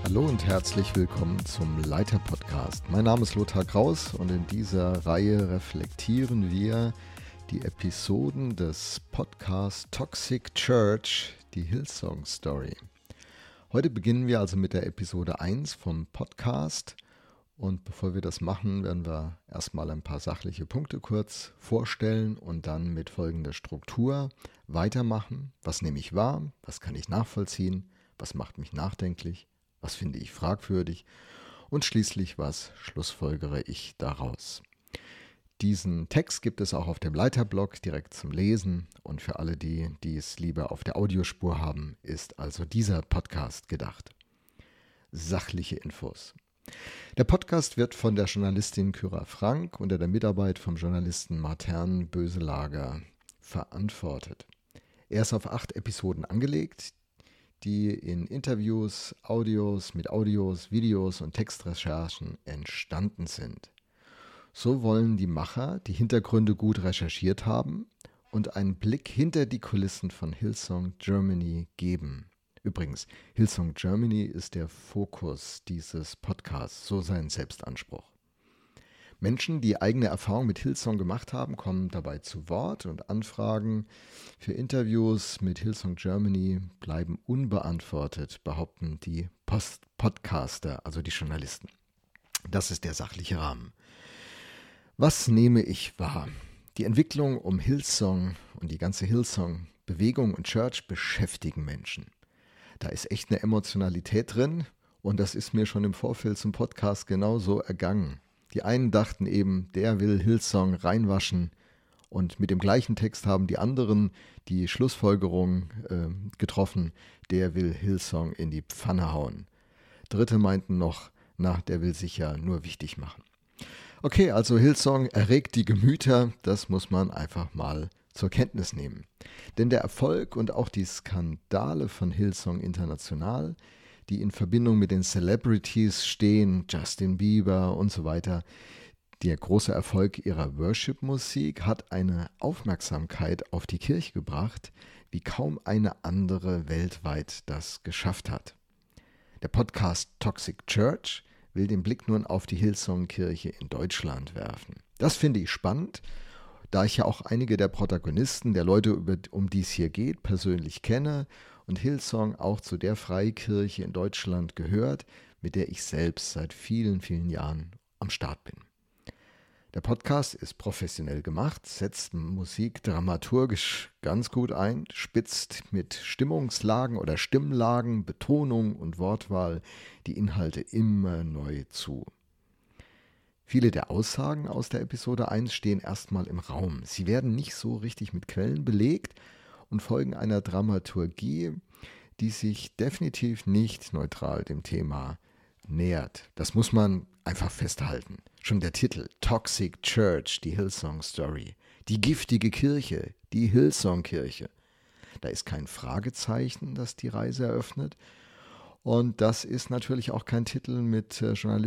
Hallo und herzlich willkommen zum Leiter-Podcast. Mein Name ist Lothar Kraus und in dieser Reihe reflektieren wir die Episoden des Podcasts Toxic Church, die Hillsong Story. Heute beginnen wir also mit der Episode 1 vom Podcast und bevor wir das machen, werden wir erstmal ein paar sachliche Punkte kurz vorstellen und dann mit folgender Struktur weitermachen. Was nehme ich wahr? Was kann ich nachvollziehen? Was macht mich nachdenklich? Was finde ich fragwürdig? Und schließlich, was schlussfolgere ich daraus? Diesen Text gibt es auch auf dem Leiterblog direkt zum Lesen. Und für alle, die es lieber auf der Audiospur haben, ist also dieser Podcast gedacht. Sachliche Infos. Der Podcast wird von der Journalistin Kyra Frank unter der Mitarbeit vom Journalisten Martin Böselager verantwortet. Er ist auf 8 Episoden angelegt, die in Interviews, mit Audios, Videos und Textrecherchen entstanden sind. So wollen die Macher die Hintergründe gut recherchiert haben und einen Blick hinter die Kulissen von Hillsong Germany geben. Übrigens, Hillsong Germany ist der Fokus dieses Podcasts, so sein Selbstanspruch. Menschen, die eigene Erfahrungen mit Hillsong gemacht haben, kommen dabei zu Wort und Anfragen für Interviews mit Hillsong Germany bleiben unbeantwortet, behaupten die Podcaster, also die Journalisten. Das ist der sachliche Rahmen. Was nehme ich wahr? Die Entwicklung um Hillsong und die ganze Hillsong-Bewegung und Church beschäftigen Menschen. Da ist echt eine Emotionalität drin und das ist mir schon im Vorfeld zum Podcast genauso ergangen. Die einen dachten eben, der will Hillsong reinwaschen und mit dem gleichen Text haben die anderen die Schlussfolgerung getroffen, der will Hillsong in die Pfanne hauen. Dritte meinten noch, der will sich ja nur wichtig machen. Okay, also Hillsong erregt die Gemüter, das muss man einfach mal zur Kenntnis nehmen. Denn der Erfolg und auch die Skandale von Hillsong international, die in Verbindung mit den Celebrities stehen, Justin Bieber und so weiter. Der große Erfolg ihrer Worship-Musik hat eine Aufmerksamkeit auf die Kirche gebracht, wie kaum eine andere weltweit das geschafft hat. Der Podcast Toxic Church will den Blick nun auf die Hillsong-Kirche in Deutschland werfen. Das finde ich spannend, da ich ja auch einige der Protagonisten, der Leute, um die es hier geht, persönlich kenne und Hillsong auch zu der Freikirche in Deutschland gehört, mit der ich selbst seit vielen, vielen Jahren am Start bin. Der Podcast ist professionell gemacht, setzt Musik dramaturgisch ganz gut ein, spitzt mit Stimmungslagen oder Stimmlagen, Betonung und Wortwahl die Inhalte immer neu zu. Viele der Aussagen aus der Episode 1 stehen erstmal im Raum. Sie werden nicht so richtig mit Quellen belegt und folgen einer Dramaturgie, die sich definitiv nicht neutral dem Thema nähert. Das muss man einfach festhalten. Schon der Titel Toxic Church, die Hillsong Story, die giftige Kirche, die Hillsong-Kirche. Da ist kein Fragezeichen, das die Reise eröffnet. Und das ist natürlich auch kein Titel mit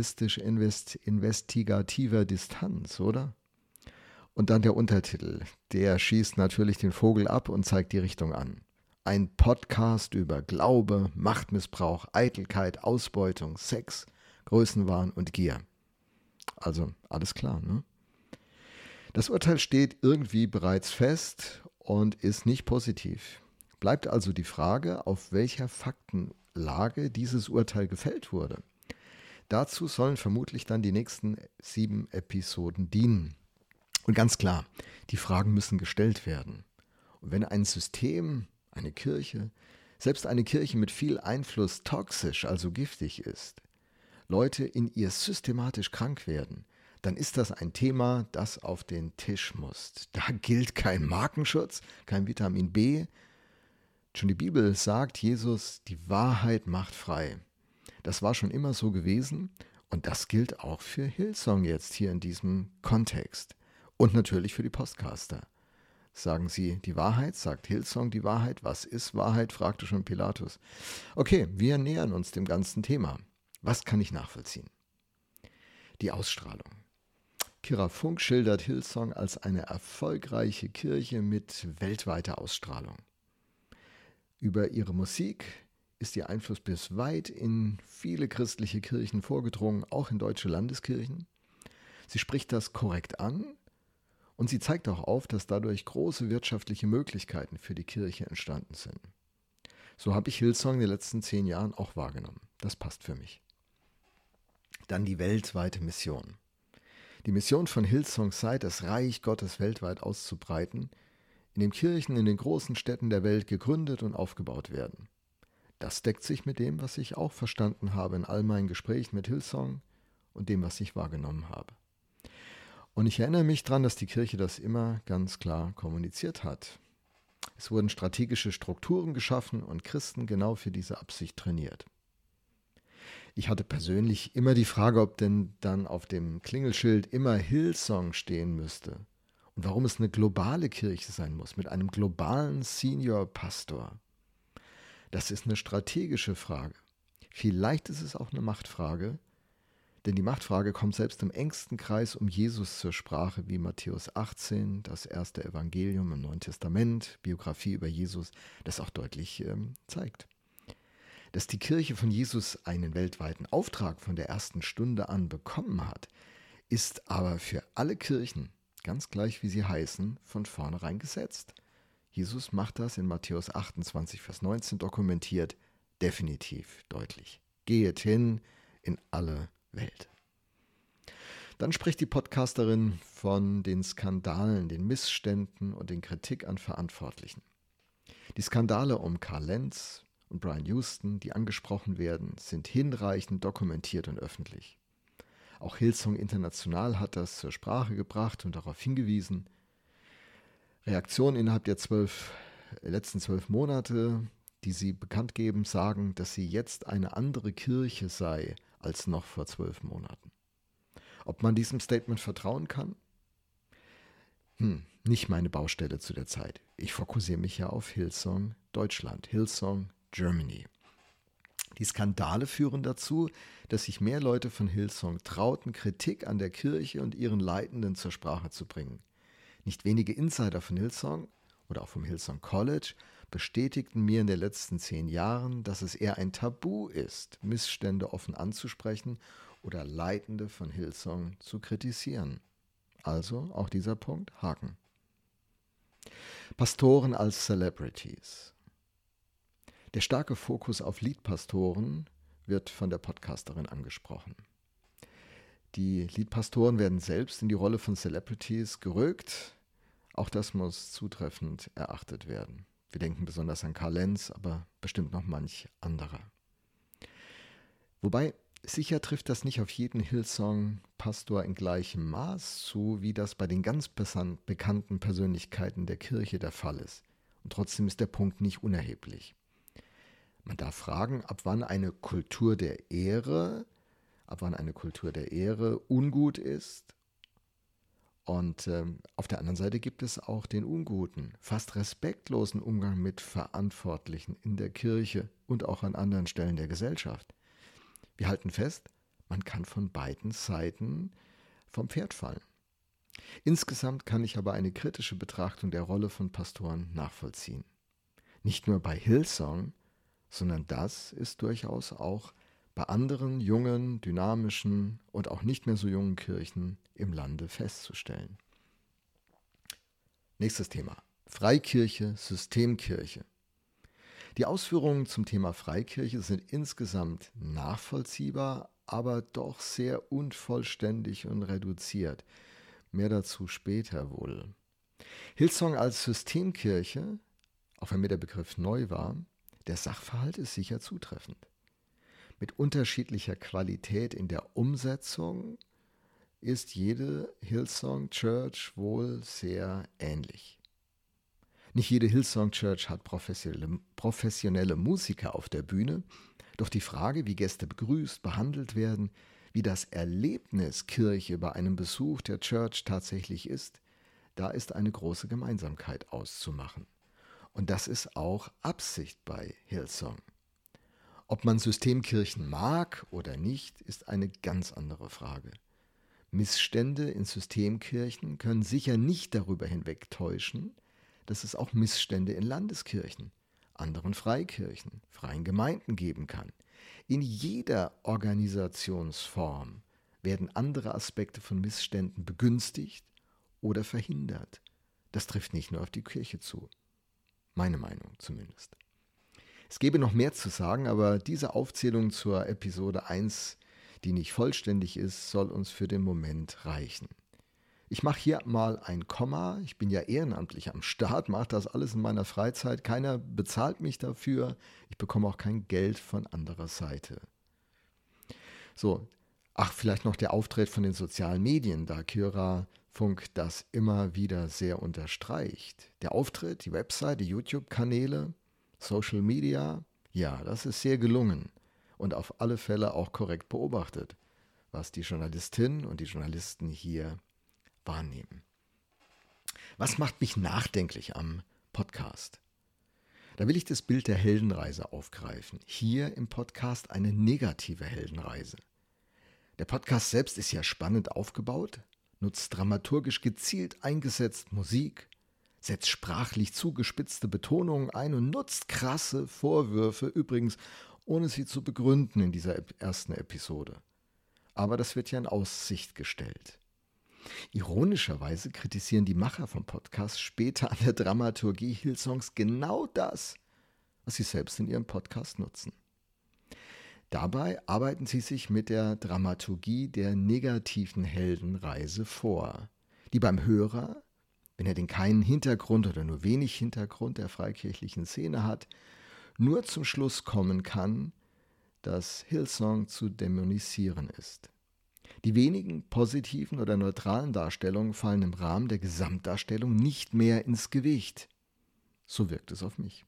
journalistisch-investigativer Distanz, oder? Und dann der Untertitel, der schießt natürlich den Vogel ab und zeigt die Richtung an. Ein Podcast über Glaube, Machtmissbrauch, Eitelkeit, Ausbeutung, Sex, Größenwahn und Gier. Also alles klar, ne? Das Urteil steht irgendwie bereits fest und ist nicht positiv. Bleibt also die Frage, auf welcher Faktenlage dieses Urteil gefällt wurde. Dazu sollen vermutlich dann die nächsten 7 Episoden dienen. Und ganz klar, die Fragen müssen gestellt werden. Und wenn ein System, eine Kirche, selbst eine Kirche mit viel Einfluss toxisch, also giftig ist, Leute in ihr systematisch krank werden, dann ist das ein Thema, das auf den Tisch muss. Da gilt kein Markenschutz, kein Vitamin B. Schon die Bibel sagt, Jesus, die Wahrheit macht frei. Das war schon immer so gewesen und das gilt auch für Hillsong jetzt hier in diesem Kontext. Und natürlich für die Podcaster. Sagen sie die Wahrheit? Sagt Hillsong die Wahrheit? Was ist Wahrheit? Fragte schon Pilatus. Okay, wir nähern uns dem ganzen Thema. Was kann ich nachvollziehen? Die Ausstrahlung. Kyra Funk schildert Hillsong als eine erfolgreiche Kirche mit weltweiter Ausstrahlung. Über ihre Musik, ist ihr Einfluss bis weit in viele christliche Kirchen vorgedrungen, auch in deutsche Landeskirchen. Sie spricht das korrekt an und sie zeigt auch auf, dass dadurch große wirtschaftliche Möglichkeiten für die Kirche entstanden sind. So habe ich Hillsong in den letzten 10 Jahren auch wahrgenommen. Das passt für mich. Dann die weltweite Mission. Die Mission von Hillsong sei, das Reich Gottes weltweit auszubreiten, indem Kirchen in den großen Städten der Welt gegründet und aufgebaut werden. Das deckt sich mit dem, was ich auch verstanden habe in all meinen Gesprächen mit Hillsong und dem, was ich wahrgenommen habe. Und ich erinnere mich daran, dass die Kirche das immer ganz klar kommuniziert hat. Es wurden strategische Strukturen geschaffen und Christen genau für diese Absicht trainiert. Ich hatte persönlich immer die Frage, ob denn dann auf dem Klingelschild immer Hillsong stehen müsste und warum es eine globale Kirche sein muss mit einem globalen Senior-Pastor. Das ist eine strategische Frage. Vielleicht ist es auch eine Machtfrage, denn die Machtfrage kommt selbst im engsten Kreis um Jesus zur Sprache, wie Matthäus 18, das erste Evangelium im Neuen Testament, Biografie über Jesus, das auch deutlich zeigt. Dass die Kirche von Jesus einen weltweiten Auftrag von der ersten Stunde an bekommen hat, ist aber für alle Kirchen, ganz gleich wie sie heißen, von vornherein gesetzt. Jesus macht das in Matthäus 28, Vers 19 dokumentiert, definitiv deutlich. Geht hin in alle Welt. Dann spricht die Podcasterin von den Skandalen, den Missständen und den Kritik an Verantwortlichen. Die Skandale um Karl Lenz und Brian Houston, die angesprochen werden, sind hinreichend dokumentiert und öffentlich. Auch Hillsong International hat das zur Sprache gebracht und darauf hingewiesen. Reaktionen innerhalb der letzten 12 Monate, die sie bekannt geben, sagen, dass sie jetzt eine andere Kirche sei als noch vor 12 Monaten. Ob man diesem Statement vertrauen kann? Nicht meine Baustelle zu der Zeit. Ich fokussiere mich ja auf Hillsong Deutschland, Hillsong Germany. Die Skandale führen dazu, dass sich mehr Leute von Hillsong trauten, Kritik an der Kirche und ihren Leitenden zur Sprache zu bringen. Nicht wenige Insider von Hillsong oder auch vom Hillsong College bestätigten mir in den letzten 10 Jahren, dass es eher ein Tabu ist, Missstände offen anzusprechen oder Leitende von Hillsong zu kritisieren. Also auch dieser Punkt, Haken. Pastoren als Celebrities. Der starke Fokus auf Leadpastoren wird von der Podcasterin angesprochen. Die Leadpastoren werden selbst in die Rolle von Celebrities gerückt. Auch das muss zutreffend erachtet werden. Wir denken besonders an Karl Lenz, aber bestimmt noch manch anderer. Wobei, sicher trifft das nicht auf jeden Hillsong-Pastor in gleichem Maß zu, wie das bei den ganz bekannten Persönlichkeiten der Kirche der Fall ist. Und trotzdem ist der Punkt nicht unerheblich. Man darf fragen, ab wann eine Kultur der Ehre ungut ist. Und auf der anderen Seite gibt es auch den unguten, fast respektlosen Umgang mit Verantwortlichen in der Kirche und auch an anderen Stellen der Gesellschaft. Wir halten fest, man kann von beiden Seiten vom Pferd fallen. Insgesamt kann ich aber eine kritische Betrachtung der Rolle von Pastoren nachvollziehen. Nicht nur bei Hillsong, sondern das ist durchaus auch bei anderen jungen, dynamischen und auch nicht mehr so jungen Kirchen im Lande festzustellen. Nächstes Thema. Freikirche, Systemkirche. Die Ausführungen zum Thema Freikirche sind insgesamt nachvollziehbar, aber doch sehr unvollständig und reduziert. Mehr dazu später wohl. Hillsong als Systemkirche, auch wenn mir der Begriff neu war, der Sachverhalt ist sicher zutreffend. Mit unterschiedlicher Qualität in der Umsetzung ist jede Hillsong Church wohl sehr ähnlich. Nicht jede Hillsong Church hat professionelle Musiker auf der Bühne, doch die Frage, wie Gäste begrüßt, behandelt werden, wie das Erlebnis Kirche bei einem Besuch der Church tatsächlich ist, da ist eine große Gemeinsamkeit auszumachen. Und das ist auch Absicht bei Hillsong. Ob man Systemkirchen mag oder nicht, ist eine ganz andere Frage. Missstände in Systemkirchen können sicher nicht darüber hinwegtäuschen, dass es auch Missstände in Landeskirchen, anderen Freikirchen, freien Gemeinden geben kann. In jeder Organisationsform werden andere Aspekte von Missständen begünstigt oder verhindert. Das trifft nicht nur auf die Kirche zu. Meine Meinung zumindest. Es gäbe noch mehr zu sagen, aber diese Aufzählung zur Episode 1, die nicht vollständig ist, soll uns für den Moment reichen. Ich mache hier mal ein Komma. Ich bin ja ehrenamtlich am Start, mache das alles in meiner Freizeit. Keiner bezahlt mich dafür. Ich bekomme auch kein Geld von anderer Seite. So, vielleicht noch der Auftritt von den sozialen Medien, da Kyra Funk das immer wieder sehr unterstreicht. Der Auftritt, die Website, die YouTube-Kanäle, Social Media, ja, das ist sehr gelungen und auf alle Fälle auch korrekt beobachtet, was die Journalistinnen und die Journalisten hier wahrnehmen. Was macht mich nachdenklich am Podcast? Da will ich das Bild der Heldenreise aufgreifen. Hier im Podcast eine negative Heldenreise. Der Podcast selbst ist ja spannend aufgebaut, nutzt dramaturgisch gezielt eingesetzt Musik, setzt sprachlich zugespitzte Betonungen ein und nutzt krasse Vorwürfe, übrigens ohne sie zu begründen in dieser ersten Episode. Aber das wird ja in Aussicht gestellt. Ironischerweise kritisieren die Macher vom Podcast später an der Dramaturgie Hillsongs genau das, was sie selbst in ihrem Podcast nutzen. Dabei arbeiten sie sich mit der Dramaturgie der negativen Heldenreise vor, die beim Hörer, wenn er denn keinen Hintergrund oder nur wenig Hintergrund der freikirchlichen Szene hat, nur zum Schluss kommen kann, dass Hillsong zu dämonisieren ist. Die wenigen positiven oder neutralen Darstellungen fallen im Rahmen der Gesamtdarstellung nicht mehr ins Gewicht. So wirkt es auf mich.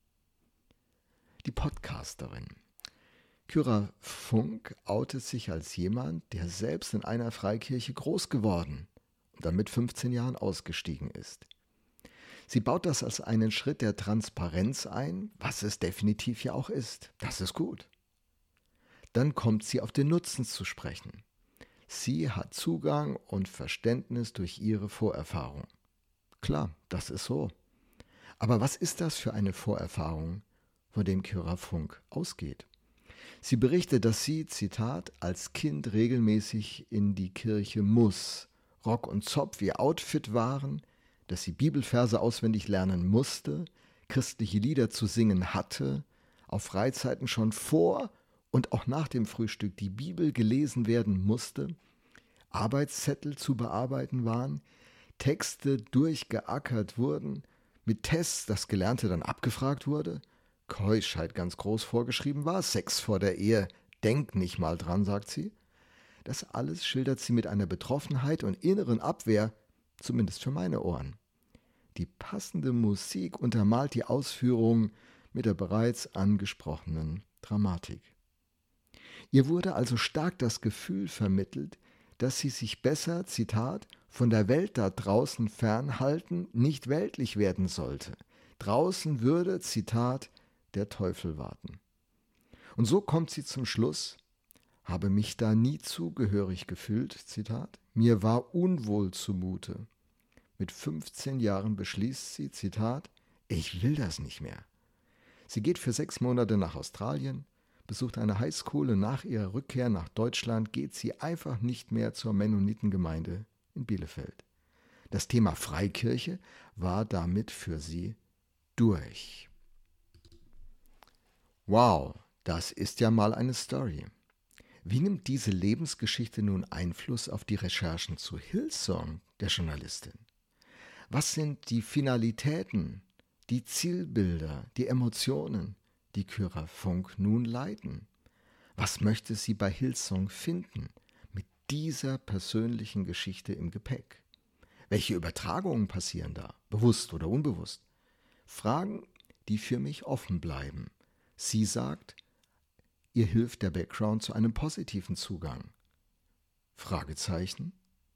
Die Podcasterin. Kyra Funk outet sich als jemand, der selbst in einer Freikirche groß geworden und dann mit 15 Jahren ausgestiegen ist. Sie baut das als einen Schritt der Transparenz ein, was es definitiv ja auch ist. Das ist gut. Dann kommt sie auf den Nutzen zu sprechen. Sie hat Zugang und Verständnis durch ihre Vorerfahrung. Klar, das ist so. Aber was ist das für eine Vorerfahrung, von dem Kyra Funk ausgeht? Sie berichtet, dass sie, Zitat, als Kind regelmäßig in die Kirche muss, Rock und Zopf ihr Outfit waren, dass sie Bibelverse auswendig lernen musste, christliche Lieder zu singen hatte, auf Freizeiten schon vor und auch nach dem Frühstück die Bibel gelesen werden musste, Arbeitszettel zu bearbeiten waren, Texte durchgeackert wurden, mit Tests das Gelernte dann abgefragt wurde, Keuschheit ganz groß vorgeschrieben war, Sex vor der Ehe, denk nicht mal dran, sagt sie. Das alles schildert sie mit einer Betroffenheit und inneren Abwehr, zumindest für meine Ohren. Die passende Musik untermalt die Ausführung mit der bereits angesprochenen Dramatik. Ihr wurde also stark das Gefühl vermittelt, dass sie sich besser, Zitat, von der Welt da draußen fernhalten, nicht weltlich werden sollte. Draußen würde, Zitat, der Teufel warten. Und so kommt sie zum Schluss, habe mich da nie zugehörig gefühlt, Zitat, mir war unwohl zumute. Mit 15 Jahren beschließt sie, Zitat, ich will das nicht mehr. Sie geht für 6 Monate nach Australien, besucht eine Highschool und nach ihrer Rückkehr nach Deutschland geht sie einfach nicht mehr zur Mennonitengemeinde in Bielefeld. Das Thema Freikirche war damit für sie durch. Wow, das ist ja mal eine Story. Wie nimmt diese Lebensgeschichte nun Einfluss auf die Recherchen zu Hillsong, der Journalistin? Was sind die Finalitäten, die Zielbilder, die Emotionen, die Kyra Funk nun leiten? Was möchte sie bei Hillsong finden mit dieser persönlichen Geschichte im Gepäck? Welche Übertragungen passieren da, bewusst oder unbewusst? Fragen, die für mich offen bleiben. Sie sagt, ihr hilft der Background zu einem positiven Zugang. Fragezeichen?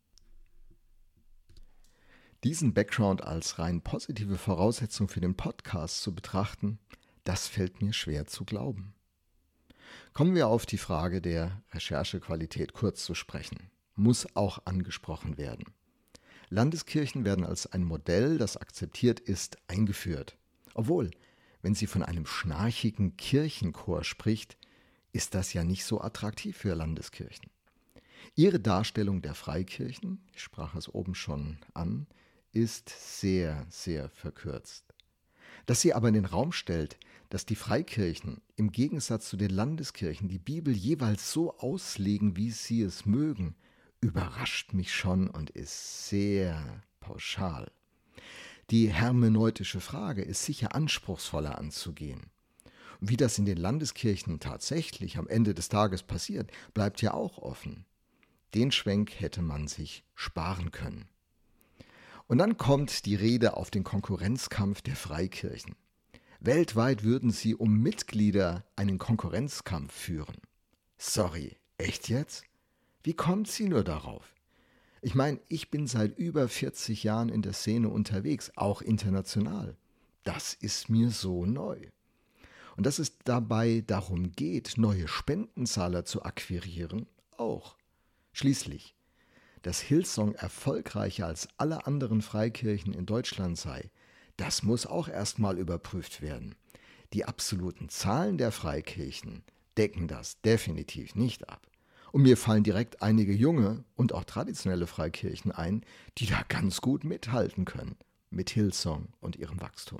Diesen Background als rein positive Voraussetzung für den Podcast zu betrachten, das fällt mir schwer zu glauben. Kommen wir auf die Frage der Recherchequalität kurz zu sprechen. Muss auch angesprochen werden. Landeskirchen werden als ein Modell, das akzeptiert ist, eingeführt. Obwohl, wenn sie von einem schnarchigen Kirchenchor spricht, ist das ja nicht so attraktiv für Landeskirchen. Ihre Darstellung der Freikirchen, ich sprach es oben schon an, ist sehr, sehr verkürzt. Dass sie aber in den Raum stellt, dass die Freikirchen im Gegensatz zu den Landeskirchen die Bibel jeweils so auslegen, wie sie es mögen, überrascht mich schon und ist sehr pauschal. Die hermeneutische Frage ist sicher anspruchsvoller anzugehen. Wie das in den Landeskirchen tatsächlich am Ende des Tages passiert, bleibt ja auch offen. Den Schwenk hätte man sich sparen können. Und dann kommt die Rede auf den Konkurrenzkampf der Freikirchen. Weltweit würden sie um Mitglieder einen Konkurrenzkampf führen. Sorry, echt jetzt? Wie kommt sie nur darauf? Ich meine, ich bin seit über 40 Jahren in der Szene unterwegs, auch international. Das ist mir so neu. Und dass es dabei darum geht, neue Spendenzahler zu akquirieren, auch. Schließlich, dass Hillsong erfolgreicher als alle anderen Freikirchen in Deutschland sei, das muss auch erstmal überprüft werden. Die absoluten Zahlen der Freikirchen decken das definitiv nicht ab. Und mir fallen direkt einige junge und auch traditionelle Freikirchen ein, die da ganz gut mithalten können mit Hillsong und ihrem Wachstum.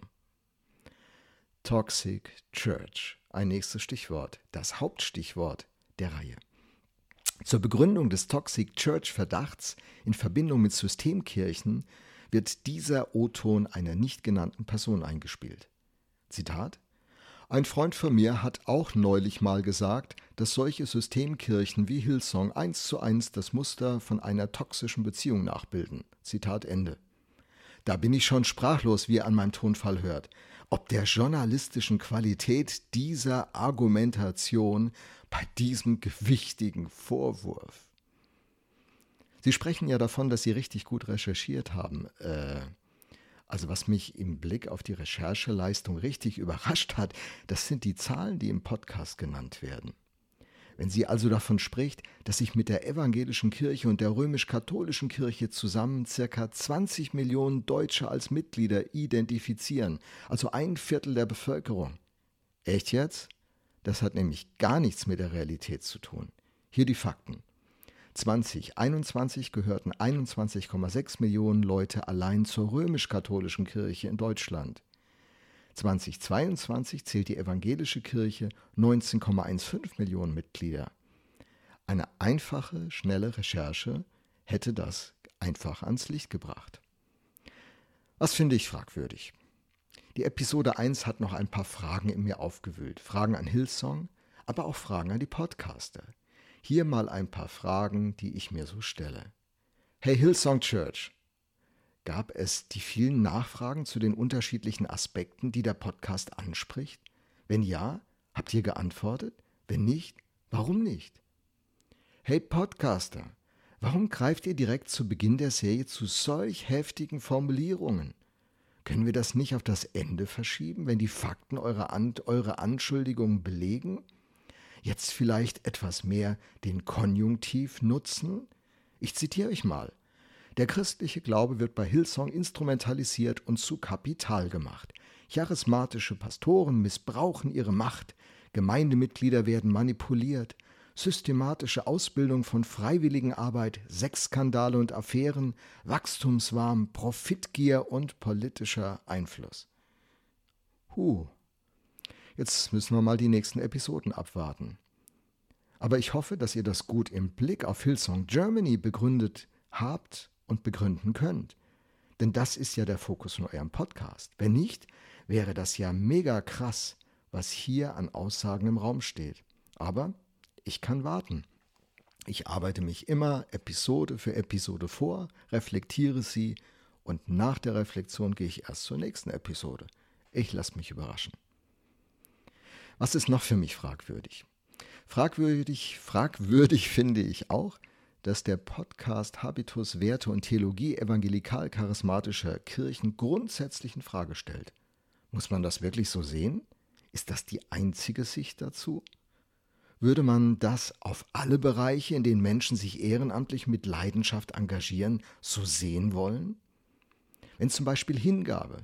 Toxic Church, ein nächstes Stichwort, das Hauptstichwort der Reihe. Zur Begründung des Toxic Church Verdachts in Verbindung mit Systemkirchen wird dieser O-Ton einer nicht genannten Person eingespielt. Zitat: Ein Freund von mir hat auch neulich mal gesagt, dass solche Systemkirchen wie Hillsong 1:1 das Muster von einer toxischen Beziehung nachbilden. Zitat Ende. Da bin ich schon sprachlos, wie ihr an meinem Tonfall hört, ob der journalistischen Qualität dieser Argumentation bei diesem gewichtigen Vorwurf. Sie sprechen ja davon, dass Sie richtig gut recherchiert haben. Also was mich im Blick auf die Rechercheleistung richtig überrascht hat, das sind die Zahlen, die im Podcast genannt werden. Wenn sie also davon spricht, dass sich mit der evangelischen Kirche und der römisch-katholischen Kirche zusammen ca. 20 Millionen Deutsche als Mitglieder identifizieren, also 1/4 der Bevölkerung. Echt jetzt? Das hat nämlich gar nichts mit der Realität zu tun. Hier die Fakten. 2021 gehörten 21,6 Millionen Leute allein zur römisch-katholischen Kirche in Deutschland. 2022 zählt die evangelische Kirche 19,15 Millionen Mitglieder. Eine einfache, schnelle Recherche hätte das einfach ans Licht gebracht. Was finde ich fragwürdig? Die Episode 1 hat noch ein paar Fragen in mir aufgewühlt. Fragen an Hillsong, aber auch Fragen an die Podcaster. Hier mal ein paar Fragen, die ich mir so stelle. Hey Hillsong Church, gab es die vielen Nachfragen zu den unterschiedlichen Aspekten, die der Podcast anspricht? Wenn ja, habt ihr geantwortet? Wenn nicht, warum nicht? Hey Podcaster, warum greift ihr direkt zu Beginn der Serie zu solch heftigen Formulierungen? Können wir das nicht auf das Ende verschieben, wenn die Fakten eure Anschuldigungen belegen? Jetzt vielleicht etwas mehr den Konjunktiv nutzen? Ich zitiere euch mal. Der christliche Glaube wird bei Hillsong instrumentalisiert und zu Kapital gemacht. Charismatische Pastoren missbrauchen ihre Macht, Gemeindemitglieder werden manipuliert, systematische Ausbildung von Freiwilligenarbeit, Sexskandale und Affären, Wachstumswahn, Profitgier und politischer Einfluss. Jetzt müssen wir mal die nächsten Episoden abwarten. Aber ich hoffe, dass ihr das gut im Blick auf Hillsong Germany begründet habt und begründen könnt. Denn das ist ja der Fokus von eurem Podcast. Wenn nicht, wäre das ja mega krass, was hier an Aussagen im Raum steht. Aber ich kann warten. Ich arbeite mich immer Episode für Episode vor, reflektiere sie und nach der Reflexion gehe ich erst zur nächsten Episode. Ich lasse mich überraschen. Was ist noch für mich fragwürdig? Fragwürdig finde ich auch, dass der Podcast Habitus Werte und Theologie evangelikal-charismatischer Kirchen grundsätzlich in Frage stellt. Muss man das wirklich so sehen? Ist das die einzige Sicht dazu? Würde man das auf alle Bereiche, in denen Menschen sich ehrenamtlich mit Leidenschaft engagieren, so sehen wollen? Wenn zum Beispiel Hingabe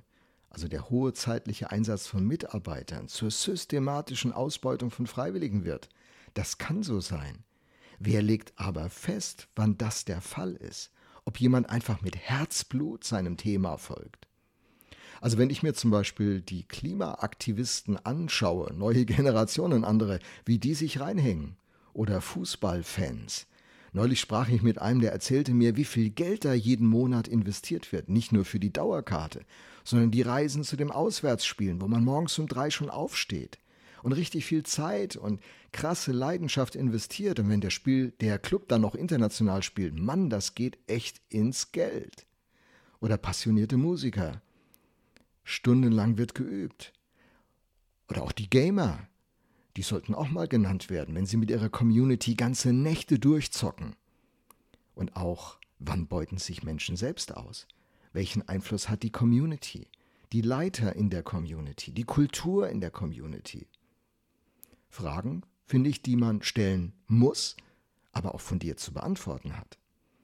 also der hohe zeitliche Einsatz von Mitarbeitern, zur systematischen Ausbeutung von Freiwilligen wird. Das kann so sein. Wer legt aber fest, wann das der Fall ist? Ob jemand einfach mit Herzblut seinem Thema folgt? Also wenn ich mir zum Beispiel die Klimaaktivisten anschaue, neue Generationen andere, wie die sich reinhängen, oder Fußballfans. Neulich sprach ich mit einem, der erzählte mir, wie viel Geld da jeden Monat investiert wird. Nicht nur für die Dauerkarte, sondern die Reisen zu dem Auswärtsspielen, wo man morgens um 3 schon aufsteht und richtig viel Zeit und krasse Leidenschaft investiert. Und wenn der Club dann noch international spielt, Mann, das geht echt ins Geld. Oder passionierte Musiker. Stundenlang wird geübt. Oder auch die Gamer. Die sollten auch mal genannt werden, wenn sie mit ihrer Community ganze Nächte durchzocken. Und auch, wann beuten sich Menschen selbst aus? Welchen Einfluss hat die Community, die Leiter in der Community, die Kultur in der Community? Fragen, finde ich, die man stellen muss, aber auch von dir zu beantworten hat.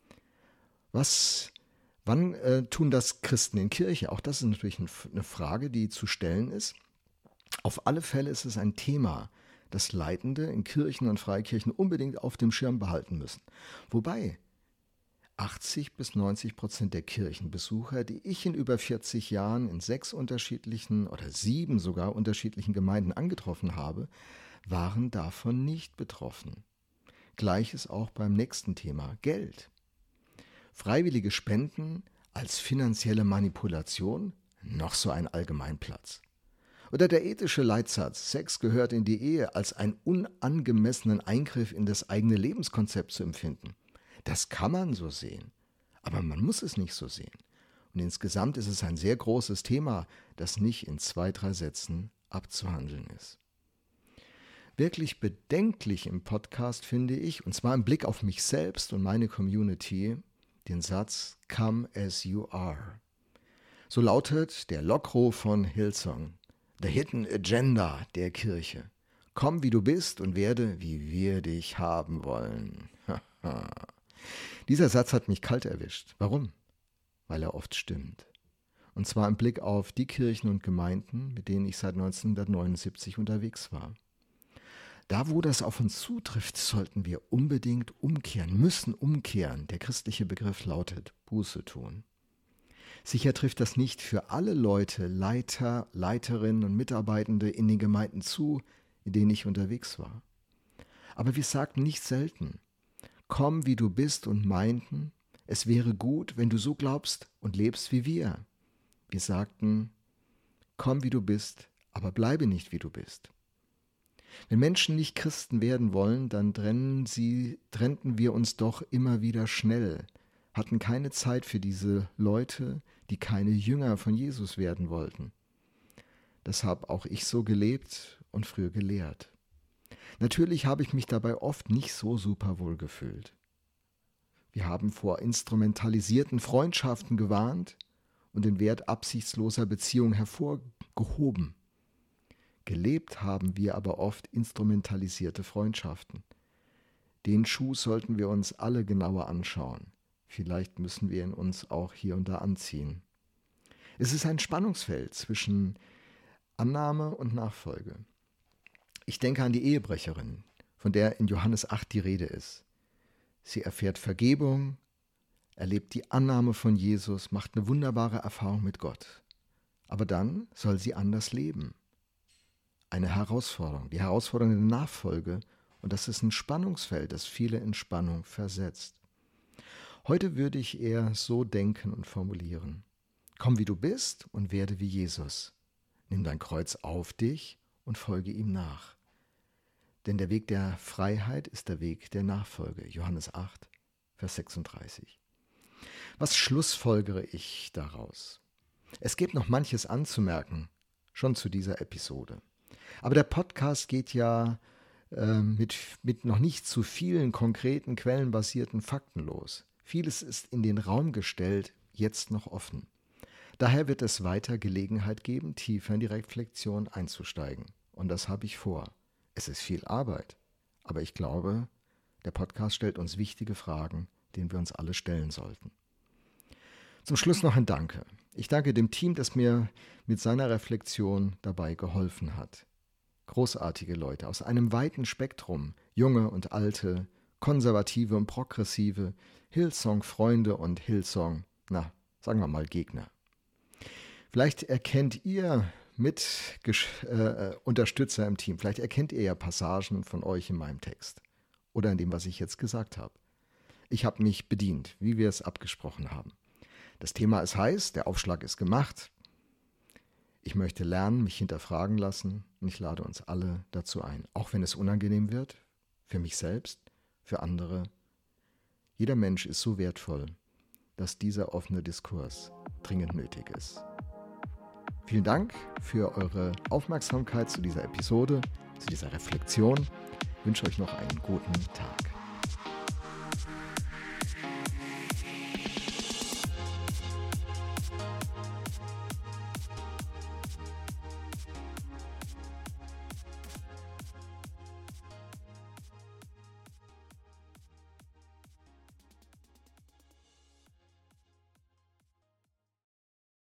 Wann tun das Christen in Kirche? Auch das ist natürlich eine Frage, die zu stellen ist. Auf alle Fälle ist es ein Thema, das Leitende in Kirchen und Freikirchen unbedingt auf dem Schirm behalten müssen. Wobei 80-90% der Kirchenbesucher, die ich in über 40 Jahren in 6 unterschiedlichen oder 7 sogar unterschiedlichen Gemeinden angetroffen habe, waren davon nicht betroffen. Gleiches auch beim nächsten Thema, Geld. Freiwillige Spenden als finanzielle Manipulation, noch so ein Allgemeinplatz. Oder der ethische Leitsatz, Sex gehört in die Ehe, als einen unangemessenen Eingriff in das eigene Lebenskonzept zu empfinden. Das kann man so sehen, aber man muss es nicht so sehen. Und insgesamt ist es ein sehr großes Thema, das nicht in 2-3 Sätzen abzuhandeln ist. Wirklich bedenklich im Podcast finde ich, und zwar im Blick auf mich selbst und meine Community, den Satz Come as you are. So lautet der Lockruf von Hillsong, the Hidden Agenda der Kirche. Komm, wie du bist und werde, wie wir dich haben wollen. Dieser Satz hat mich kalt erwischt. Warum? Weil er oft stimmt. Und zwar im Blick auf die Kirchen und Gemeinden, mit denen ich seit 1979 unterwegs war. Da, wo das auf uns zutrifft, sollten wir unbedingt umkehren, müssen umkehren. Der christliche Begriff lautet Buße tun. Sicher trifft das nicht für alle Leute, Leiter, Leiterinnen und Mitarbeitende in den Gemeinden zu, in denen ich unterwegs war. Aber wir sagten nicht selten, komm wie du bist und meinten, es wäre gut, wenn du so glaubst und lebst wie wir. Wir sagten, komm wie du bist, aber bleibe nicht wie du bist. Wenn Menschen nicht Christen werden wollen, dann trennten wir uns doch immer wieder schnell, hatten keine Zeit für diese Leute, die keine Jünger von Jesus werden wollten. Das habe auch ich so gelebt und früher gelehrt. Natürlich habe ich mich dabei oft nicht so super wohl gefühlt. Wir haben vor instrumentalisierten Freundschaften gewarnt und den Wert absichtsloser Beziehungen hervorgehoben. Gelebt haben wir aber oft instrumentalisierte Freundschaften. Den Schuh sollten wir uns alle genauer anschauen. Vielleicht müssen wir ihn uns auch hier und da anziehen. Es ist ein Spannungsfeld zwischen Annahme und Nachfolge. Ich denke an die Ehebrecherin, von der in Johannes 8 die Rede ist. Sie erfährt Vergebung, erlebt die Annahme von Jesus, macht eine wunderbare Erfahrung mit Gott. Aber dann soll sie anders leben. Eine Herausforderung, die Herausforderung der Nachfolge, und das ist ein Spannungsfeld, das viele in Spannung versetzt. Heute würde ich eher so denken und formulieren. Komm wie du bist und werde wie Jesus. Nimm dein Kreuz auf dich und folge ihm nach. Denn der Weg der Freiheit ist der Weg der Nachfolge. Johannes 8, Vers 36. Was schlussfolgere ich daraus? Es gibt noch manches anzumerken, schon zu dieser Episode. Aber der Podcast geht ja mit noch nicht zu vielen konkreten quellenbasierten Fakten los. Vieles ist in den Raum gestellt, jetzt noch offen. Daher wird es weiter Gelegenheit geben, tiefer in die Reflexion einzusteigen. Und das habe ich vor. Es ist viel Arbeit, aber ich glaube, der Podcast stellt uns wichtige Fragen, denen wir uns alle stellen sollten. Zum Schluss noch ein Danke. Ich danke dem Team, das mir mit seiner Reflexion dabei geholfen hat. Großartige Leute aus einem weiten Spektrum, junge und alte, konservative und progressive, Hillsong-Freunde und Hillsong, sagen wir mal Gegner. Vielleicht erkennt ihr Unterstützer im Team, vielleicht erkennt ihr ja Passagen von euch in meinem Text oder in dem, was ich jetzt gesagt habe. Ich habe mich bedient, wie wir es abgesprochen haben. Das Thema ist heiß, der Aufschlag ist gemacht. Ich möchte lernen, mich hinterfragen lassen und ich lade uns alle dazu ein, auch wenn es unangenehm wird, für mich selbst, für andere. Jeder Mensch ist so wertvoll, dass dieser offene Diskurs dringend nötig ist. Vielen Dank für eure Aufmerksamkeit zu dieser Episode, zu dieser Reflexion. Ich wünsche euch noch einen guten Tag.